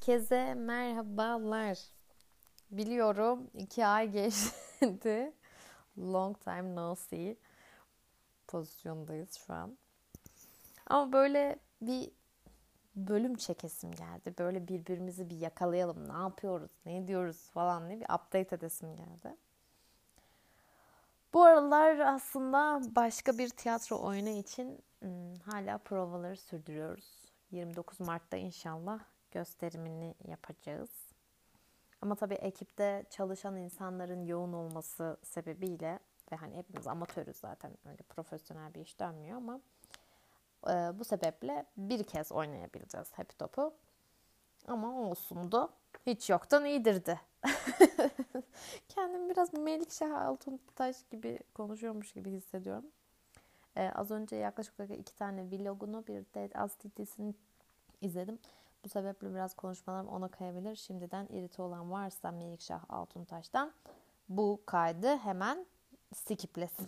Herkese merhabalar. Biliyorum 2 ay geçti. Long time no see pozisyondayız şu an. Ama böyle bir bölüm çekesim geldi. Böyle birbirimizi bir yakalayalım. Ne yapıyoruz, ne ediyoruz falan diye bir update edesim geldi. Bu aralar aslında başka bir tiyatro oyunu için hala provaları sürdürüyoruz. 29 Mart'ta inşallah gösterimini yapacağız. Ama tabii ekipte çalışan insanların yoğun olması sebebiyle ve hani hepimiz amatörüz zaten, öyle profesyonel bir iş dönmüyor ama bu sebeple bir kez oynayabileceğiz Happy Top'u. Ama olsun da hiç yoktan iyidirdi. Kendimi biraz Melikşah Altuntaş gibi konuşuyormuş gibi hissediyorum. Az önce yaklaşık 2 tane vlogunu, bir de Astidis'ini izledim. Bu sebeple biraz konuşmalarım ona kayabilir. Şimdiden irite olan varsa Melikşah Altuntaş'tan bu kaydı hemen skiplesin.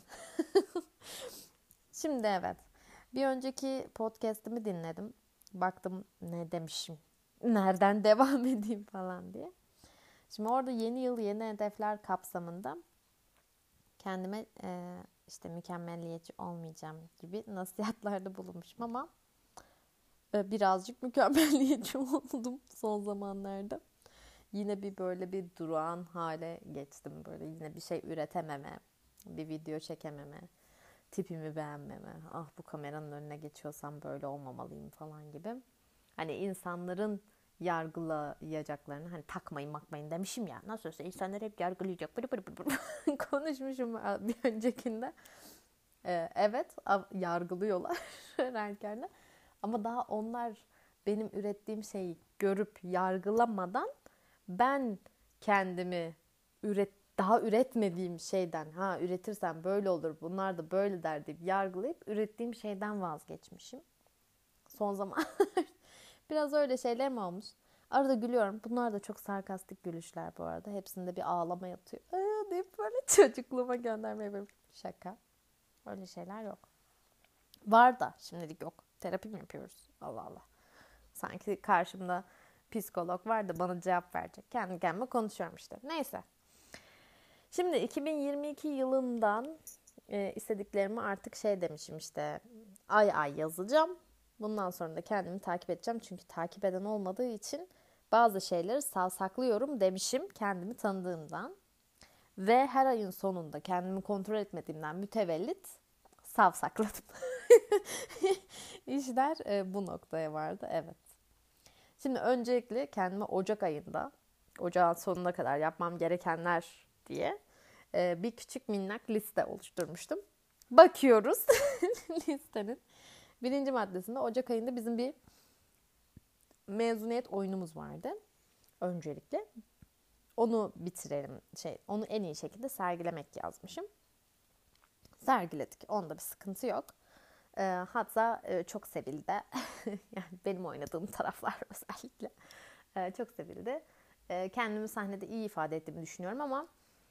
Şimdi evet. Bir önceki podcast'imi dinledim. Baktım ne demişim, nereden devam edeyim falan diye. Şimdi orada yeni yıl yeni hedefler kapsamında kendime işte mükemmeliyetçi olmayacağım gibi nasihatlerde bulunmuşum ama birazcık mükemmeliyetçi oldum son zamanlarda. Yine bir böyle bir durağan hale geçtim. Böyle yine bir şey üretememe, bir video çekememe, tipimi beğenmeme. Ah, bu kameranın önüne geçiyorsam böyle olmamalıyım falan gibi. Hani insanların yargılayacaklarını hani takmayın makmayın demişim ya. Nasıl olsa insanlar hep yargılayacak. Bır bır bır bır. Konuşmuşum bir öncekinde. Evet, yargılıyorlar erkenler. Ama daha onlar benim ürettiğim şeyi görüp yargılamadan ben kendimi daha üretmediğim şeyden, üretirsem böyle olur, bunlar da böyle der deyip yargılayıp ürettiğim şeyden vazgeçmişim. Son zaman biraz öyle şeyler mi olmuş? Arada gülüyorum. Bunlar da çok sarkastik gülüşler bu arada. Hepsinde bir ağlama yatıyor. Deyip böyle çocukluğuma göndermeye böyle şaka. Öyle şeyler yok. Var da şimdilik yok. Terapi mi yapıyoruz? Allah Allah. Sanki karşımda psikolog var da bana cevap verecek. Kendi kendime konuşuyorum işte. Neyse. Şimdi 2022 yılından istediklerimi artık demişim işte. Ay ay yazacağım. Bundan sonra da kendimi takip edeceğim. Çünkü takip eden olmadığı için bazı şeyleri savsaklıyorum demişim kendimi tanıdığımdan. Ve her ayın sonunda kendimi kontrol etmediğimden mütevellit savsakladım. İşler bu noktaya vardı. Evet. Şimdi öncelikle kendime Ocak ayında, Ocağın sonuna kadar yapmam gerekenler diye bir küçük minnak liste oluşturmuştum. Bakıyoruz listenin birinci maddesinde Ocak ayında bizim bir mezuniyet oyunumuz vardı. Öncelikle onu bitirelim, onu en iyi şekilde sergilemek yazmışım. Sergiledik. Onda bir sıkıntı yok. Hatta çok sevildi. Yani benim oynadığım taraflar özellikle çok sevildi. Kendimi sahnede iyi ifade ettiğimi düşünüyorum ama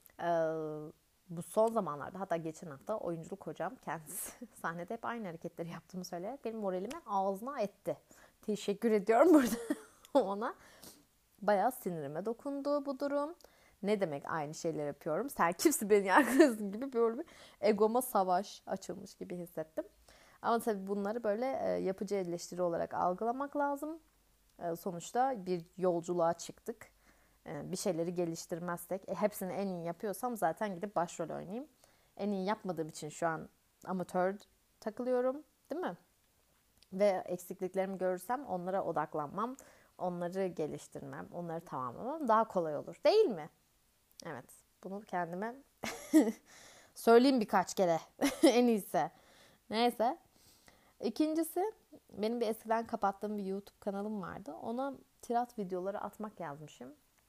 bu son zamanlarda, hatta geçen hafta oyunculuk hocam kendisi sahnede hep aynı hareketleri yaptığımı söyleyerek benim moralimi ağzına etti. Teşekkür ediyorum burada ona. Bayağı sinirime dokundu bu durum. Ne demek aynı şeyler yapıyorum? Sen kimsin beni yargılıyorsun gibi böyle bir egoma savaş açılmış gibi hissettim. Ama tabii bunları böyle yapıcı eleştiri olarak algılamak lazım. Sonuçta bir yolculuğa çıktık. Bir şeyleri geliştirmezsek, hepsini en iyi yapıyorsam zaten gidip başrol oynayayım. En iyi yapmadığım için şu an amatör takılıyorum, değil mi? Ve eksikliklerimi görürsem onlara odaklanmam, onları geliştirmem, onları tamamlamam daha kolay olur. Değil mi? Evet. Bunu kendime söyleyeyim birkaç kere. En iyisi. Neyse. İkincisi, benim bir eskiden kapattığım bir YouTube kanalım vardı. Ona tirat videoları atmak yazmışım.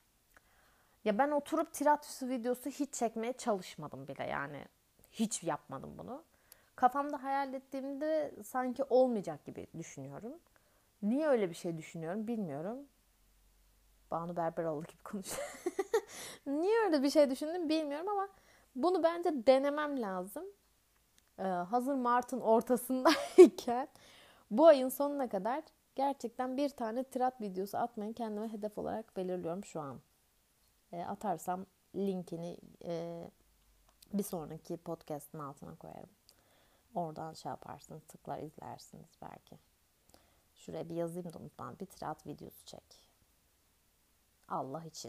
Ya ben oturup tirat videosu hiç çekmeye çalışmadım bile yani. Hiç yapmadım bunu. Kafamda hayal ettiğimde sanki olmayacak gibi düşünüyorum. Niye öyle bir şey düşünüyorum bilmiyorum. Banu Berberoğlu gibi konuşuyor. Niye öyle bir şey düşündüm bilmiyorum ama bunu bence denemem lazım. Hazır Mart'ın ortasındayken bu ayın sonuna kadar Gerçekten bir tane tirat videosu atmayı kendime hedef olarak belirliyorum şu an. Atarsam linkini bir sonraki podcast'ın altına koyarım. Oradan şey yaparsınız, tıklar izlersiniz belki. Şuraya bir yazayım da unutmam. Bir tirat videosu çek. Allah için.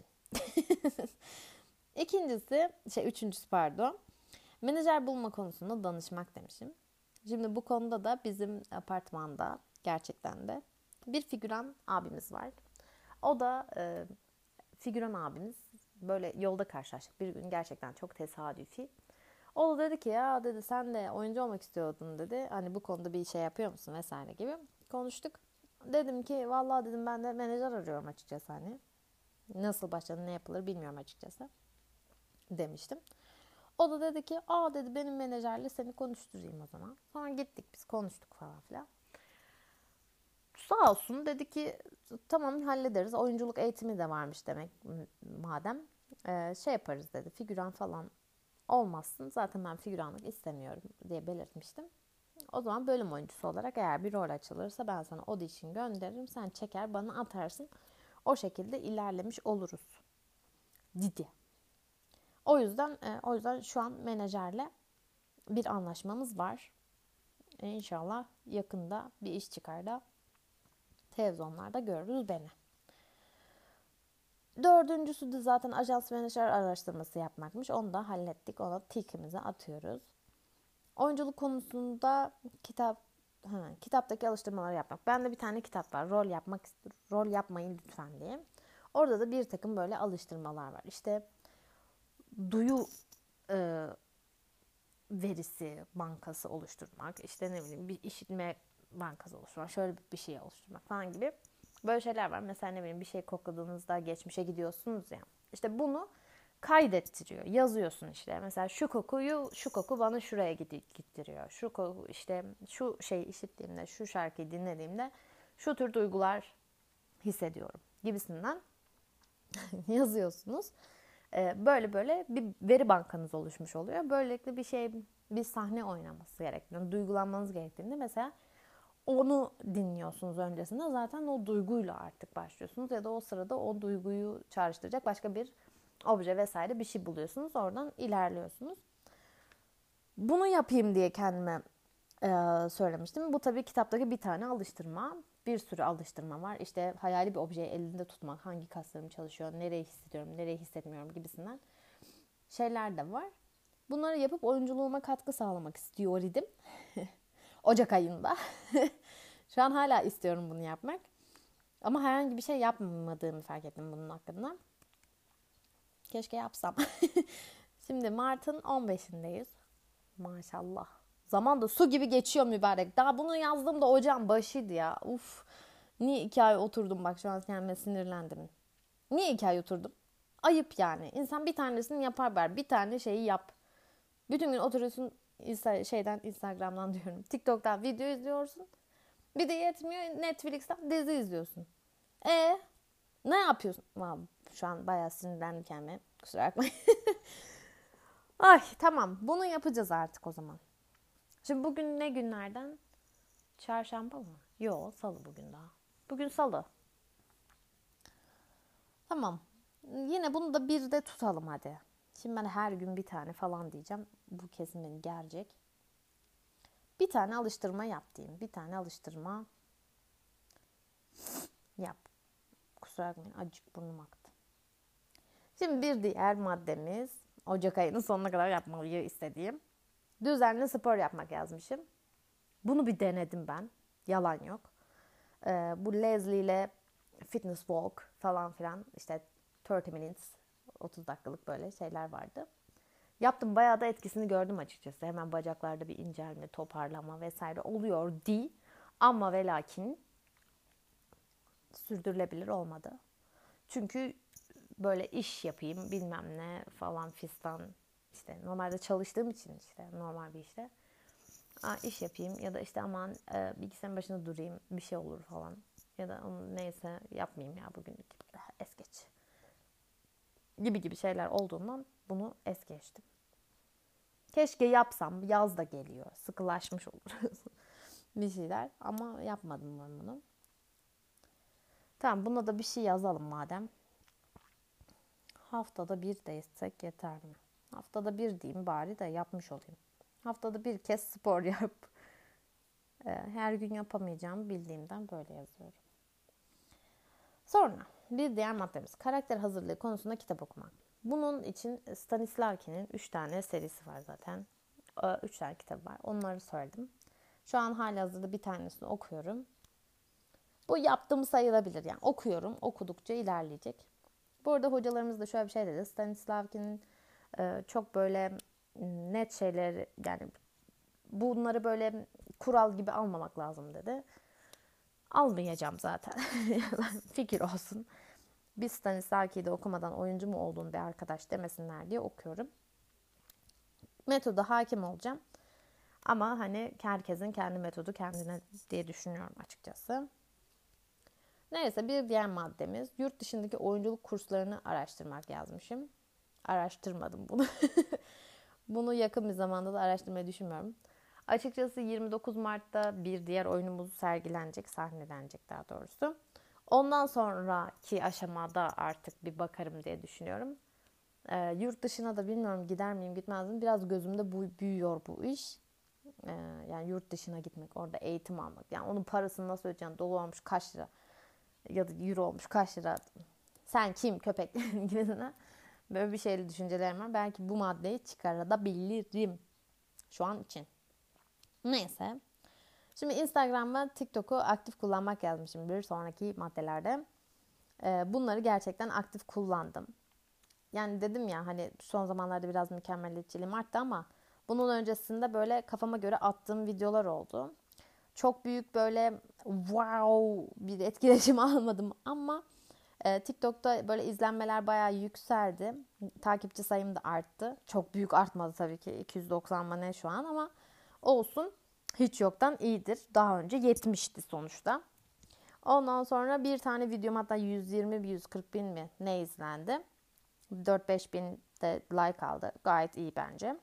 Üçüncüsü pardon. Menajer bulma konusunda danışmak demişim. Şimdi bu konuda da bizim apartmanda gerçekten de bir figüran abimiz var. O da figüran abimiz böyle yolda karşılaştık bir gün, gerçekten çok tesadüfi. O da dedi ki ya dedi sen de oyuncu olmak istiyordun dedi. Hani bu konuda bir şey yapıyor musun vesaire gibi konuştuk. Dedim ki vallahi dedim ben de menajer arıyorum açıkçası hani. Nasıl başladı ne yapılır bilmiyorum açıkçası demiştim. O da dedi ki dedi benim menajerle seni konuşturayım o zaman. Sonra gittik biz konuştuk falan filan. Sağ olsun dedi ki tamam hallederiz. Oyunculuk eğitimi de varmış demek madem. Şey yaparız dedi, figüran falan olmazsın. Zaten ben figüranlık istemiyorum diye belirtmiştim. O zaman bölüm oyuncusu olarak eğer bir rol açılırsa ben sana audition gönderirim. Sen çeker bana atarsın. O şekilde ilerlemiş oluruz dedi. O yüzden şu an menajerle bir anlaşmamız var. İnşallah yakında bir iş çıkar da televizyonlarda görürüz beni. Dördüncüsü de zaten ajans menajer araştırması yapmakmış. Onu da hallettik. Ona tikimizi atıyoruz. Oyunculuk konusunda kitaptaki alıştırmaları yapmak. Bende bir tane kitap var. Rol yapmayın lütfen diye. Orada da bir takım böyle alıştırmalar var. İşte duyu verisi bankası oluşturmak, işte ne bileyim bir işitme bankası oluşturmak, şöyle bir şey oluşturmak falan gibi böyle şeyler var. Mesela ne bileyim bir şey kokladığınızda geçmişe gidiyorsunuz ya. İşte bunu kaydettiriyor. Yazıyorsun işte. Mesela şu koku bana şuraya gittiriyor. Şu koku işte şu şeyi işittiğimde, şu şarkıyı dinlediğimde şu tür duygular hissediyorum gibisinden yazıyorsunuz. Böyle böyle bir veri bankanız oluşmuş oluyor. Böylelikle bir sahne oynaması gerektiğinde, duygulanmanız gerektiğinde mesela onu dinliyorsunuz öncesinde. Zaten o duyguyla artık başlıyorsunuz ya da o sırada o duyguyu çağrıştıracak başka bir obje vesaire bir şey buluyorsunuz. Oradan ilerliyorsunuz. Bunu yapayım diye kendime söylemiştim. Bu tabii kitaptaki bir tane alıştırma. Bir sürü alıştırma var. İşte hayali bir objeyi elinde tutmak, hangi kaslarım çalışıyor, nereyi hissediyorum, nereyi hissetmiyorum gibisinden şeyler de var. Bunları yapıp oyunculuğuma katkı sağlamak istiyor idim. Ocak ayında. Şu an hala istiyorum bunu yapmak. Ama herhangi bir şey yapmadığımı fark ettim bunun hakkında. Keşke yapsam. Şimdi Mart'ın 15'indeyiz. Maşallah. Zaman da su gibi geçiyor mübarek. Daha bunu yazdığımda ocağın başıydı ya. Uf. Niye 2 ay oturdum bak şu an kendime sinirlendim. Niye 2 ay oturdum? Ayıp yani. İnsan bir tanesini yapar bir tane şeyi yap. Bütün gün oturuyorsun Instagram'dan diyorum. TikTok'tan video izliyorsun. Bir de yetmiyor Netflix'ten dizi izliyorsun. Ne yapıyorsun? Şu an bayağı sinirlendim kendime. Kusura bakmayın. Ay tamam bunu yapacağız artık o zaman. Şimdi bugün ne günlerden? Çarşamba mı? Yo salı bugün daha. Bugün salı. Tamam. Yine bunu da bir de tutalım hadi. Şimdi ben her gün bir tane falan diyeceğim. Bu kesin beni gerecek. Bir tane alıştırma yap diyeyim. Bir tane alıştırma yap. Kusura bakmayın acık burnum aktı. Şimdi bir diğer maddemiz Ocak ayının sonuna kadar yapmayı istediğim düzenli spor yapmak yazmışım. Bunu bir denedim ben. Yalan yok. Bu Leslie ile fitness walk falan filan işte 30 minutes 30 dakikalık böyle şeyler vardı. Yaptım bayağı da etkisini gördüm açıkçası. Hemen bacaklarda bir incelme, toparlama vesaire oluyor di. Ama ve lakin sürdürülebilir olmadı. Çünkü böyle iş yapayım bilmem ne falan fistan işte normalde çalıştığım için işte normal bir işte iş yapayım ya da işte aman bilgisayarın başında durayım bir şey olur falan ya da onu neyse yapmayayım ya bugünlük es geç gibi şeyler olduğundan bunu es geçtim. Keşke yapsam, yaz da geliyor sıkılaşmış oluruz bir şeyler ama yapmadım ben bunu. Tamam, buna da bir şey yazalım madem. Haftada bir değsek yeter mi? Haftada bir diyeyim bari de yapmış olayım. Haftada bir kez spor yap. Her gün yapamayacağımı bildiğimden böyle yazıyorum. Sonra bir diğer maddemiz karakter hazırlığı konusunda kitap okumak. Bunun için Stanislavski'nin 3 tane serisi var zaten. 3 tane kitap var. Onları söyledim. Şu an halihazırda bir tanesini okuyorum. Bu yaptığım sayılabilir. Yani okuyorum. Okudukça ilerleyecek. Bu arada hocalarımız da şöyle bir şey dedi. Stanislavski'nin çok böyle net şeyler, yani bunları böyle kural gibi almamak lazım dedi. Almayacağım zaten. Fikir olsun. Biz Stanislavski'yi de okumadan oyuncu mu olduğunu bir arkadaş demesinler diye okuyorum. Metoda hakim olacağım. Ama hani herkesin kendi metodu kendine diye düşünüyorum açıkçası. Neyse, bir diğer maddemiz yurt dışındaki oyunculuk kurslarını araştırmak yazmışım. Araştırmadım bunu. Bunu yakın bir zamanda da araştırmayı düşünmüyorum. Açıkçası 29 Mart'ta bir diğer oyunumuz sergilenecek, sahnelenecek daha doğrusu. Ondan sonraki aşamada artık bir bakarım diye düşünüyorum. Yurt dışına da bilmiyorum gider miyim gitmez miyim. Biraz gözümde büyüyor bu iş. Yani yurt dışına gitmek, orada eğitim almak. Yani onun parasını nasıl ödeyeceksin? Dolar olmuş kaç lira? Ya da euro olmuş kaç lira? Sen kim köpek gibisine. Böyle bir şeyli düşüncelerim var. Belki bu maddeyi çıkarabilirim şu an için. Neyse. Şimdi Instagram ve TikTok'u aktif kullanmak yazmışım bir sonraki maddelerde. Bunları gerçekten aktif kullandım. Yani dedim ya hani son zamanlarda biraz mükemmeliyetçiliğim arttı ama bunun öncesinde böyle kafama göre attığım videolar oldu. Çok büyük böyle wow bir etkileşim almadım ama TikTok'ta böyle izlenmeler bayağı yükseldi. Takipçi sayım da arttı. Çok büyük artmadı tabii ki. 290 mı ne şu an ama olsun. Hiç yoktan iyidir. Daha önce 70'ti sonuçta. Ondan sonra bir tane videom hatta 120-140 bin mi ne izlendi. 4-5 bin de like aldı. Gayet iyi bence.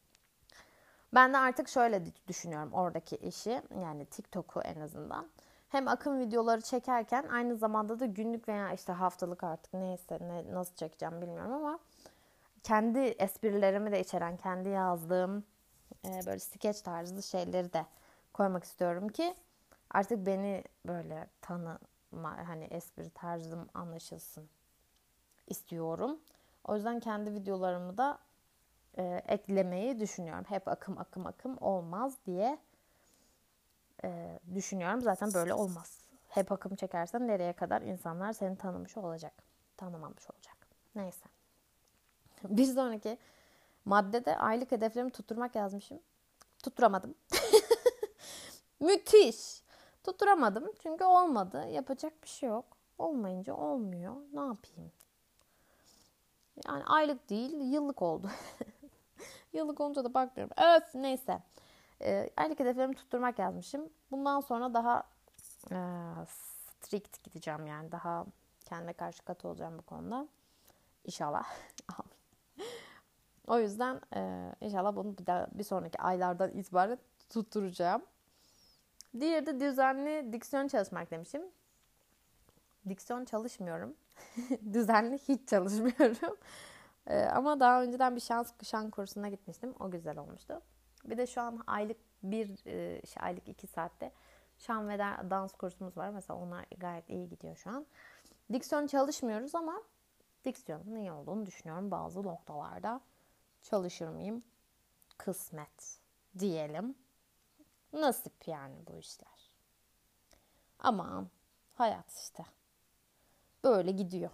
Ben de artık şöyle düşünüyorum oradaki işi. Yani TikTok'u en azından. Hem akım videoları çekerken aynı zamanda da günlük veya işte haftalık artık neyse nasıl çekeceğim bilmiyorum ama kendi esprilerimi de içeren, kendi yazdığım böyle skeç tarzı şeyleri de koymak istiyorum ki artık beni böyle tanıma, hani espri tarzım anlaşılsın istiyorum. O yüzden kendi videolarımı da eklemeyi düşünüyorum. Hep akım olmaz diye düşünüyorum. Zaten böyle olmaz. Hep akım çekersen nereye kadar insanlar seni tanımış olacak. Tanımamış olacak. Neyse. Bir sonraki maddede aylık hedeflerimi tutturmak yazmışım. Tutturamadım. Müthiş. Tutturamadım çünkü olmadı. Yapacak bir şey yok. Olmayınca olmuyor. Ne yapayım? Yani aylık değil, yıllık oldu. Yıllık olunca da bakmıyorum. Evet, neyse. Aylık hedeflerimi tutturmak yazmışım. Bundan sonra daha e, strict gideceğim yani. Daha kendime karşı katı olacağım bu konuda. İnşallah. O yüzden inşallah bunu bir sonraki aylardan itibaren tutturacağım. Diğeri de düzenli diksiyon çalışmak demişim. Diksiyon çalışmıyorum. Düzenli hiç çalışmıyorum. Ama daha önceden bir şan kursuna gitmiştim. O güzel olmuştu. Bir de şu an aylık 2 saatte şan ve dans kursumuz var. Mesela onlar gayet iyi gidiyor şu an. Diksiyon çalışmıyoruz ama diksiyonun iyi olduğunu düşünüyorum. Bazı noktalarda çalışır mıyım? Kısmet diyelim. Nasip yani bu işler. Ama hayat işte. Böyle gidiyor.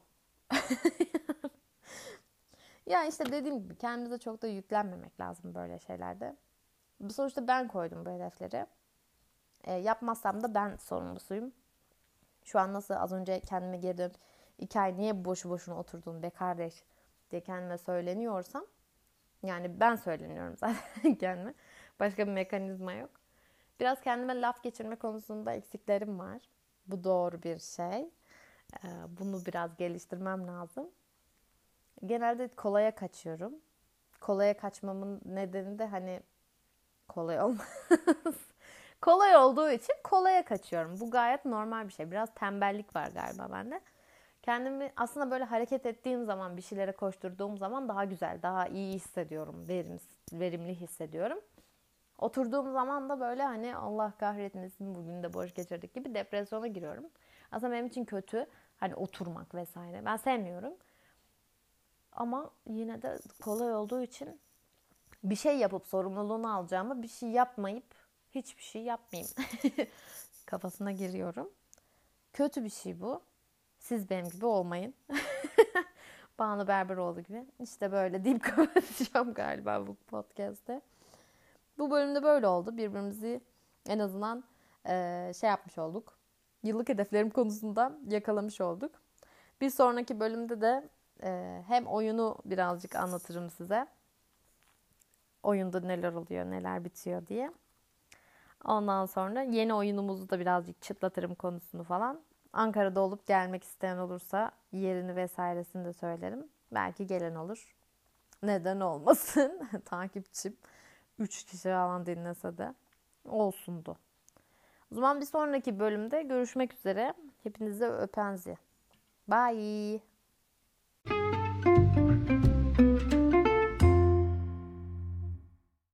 Ya işte dediğim gibi kendimize çok da yüklenmemek lazım böyle şeylerde. Sonuçta ben koydum bu hedefleri. Yapmazsam da ben sorumlusuyum. Şu an nasıl az önce kendime geri dönüp 2 ay niye boşu boşuna oturdun be kardeş diye kendime söyleniyorsam, yani ben söyleniyorum zaten kendime. Başka bir mekanizma yok. Biraz kendime laf geçirme konusunda eksiklerim var. Bu doğru bir şey. Bunu biraz geliştirmem lazım. Genelde kolaya kaçıyorum. Kolaya kaçmamın nedeni de hani kolay olmaz. Kolay olduğu için kolaya kaçıyorum. Bu gayet normal bir şey. Biraz tembellik var galiba bende. Kendimi aslında böyle hareket ettiğim zaman, bir şeylere koşturduğum zaman daha güzel, daha iyi hissediyorum. Verimli hissediyorum. Oturduğum zaman da böyle hani Allah kahretmesin bugün de boş geçirdik gibi depresyona giriyorum. Aslında benim için kötü hani oturmak vesaire. Ben sevmiyorum. Ama yine de kolay olduğu için bir şey yapıp sorumluluğunu alacağıma bir şey yapmayıp hiçbir şey yapmayayım kafasına giriyorum. Kötü bir şey bu. Siz benim gibi olmayın. Banu Berberoğlu gibi. İşte böyle deyip kapatacağım galiba bu podcast'te. Bu bölümde böyle oldu. Birbirimizi en azından şey yapmış olduk. Yıllık hedeflerim konusunda yakalamış olduk. Bir sonraki bölümde de hem oyunu birazcık anlatırım size. Oyunda neler oluyor, neler bitiyor diye. Ondan sonra yeni oyunumuzu da birazcık çıtlatırım konusunu falan. Ankara'da olup gelmek isteyen olursa yerini vesairesini de söylerim. Belki gelen olur. Neden olmasın? Takipçim 3 kişi falan dinlese de olsundu. O zaman bir sonraki bölümde görüşmek üzere. Hepinize öpenzi. Bye.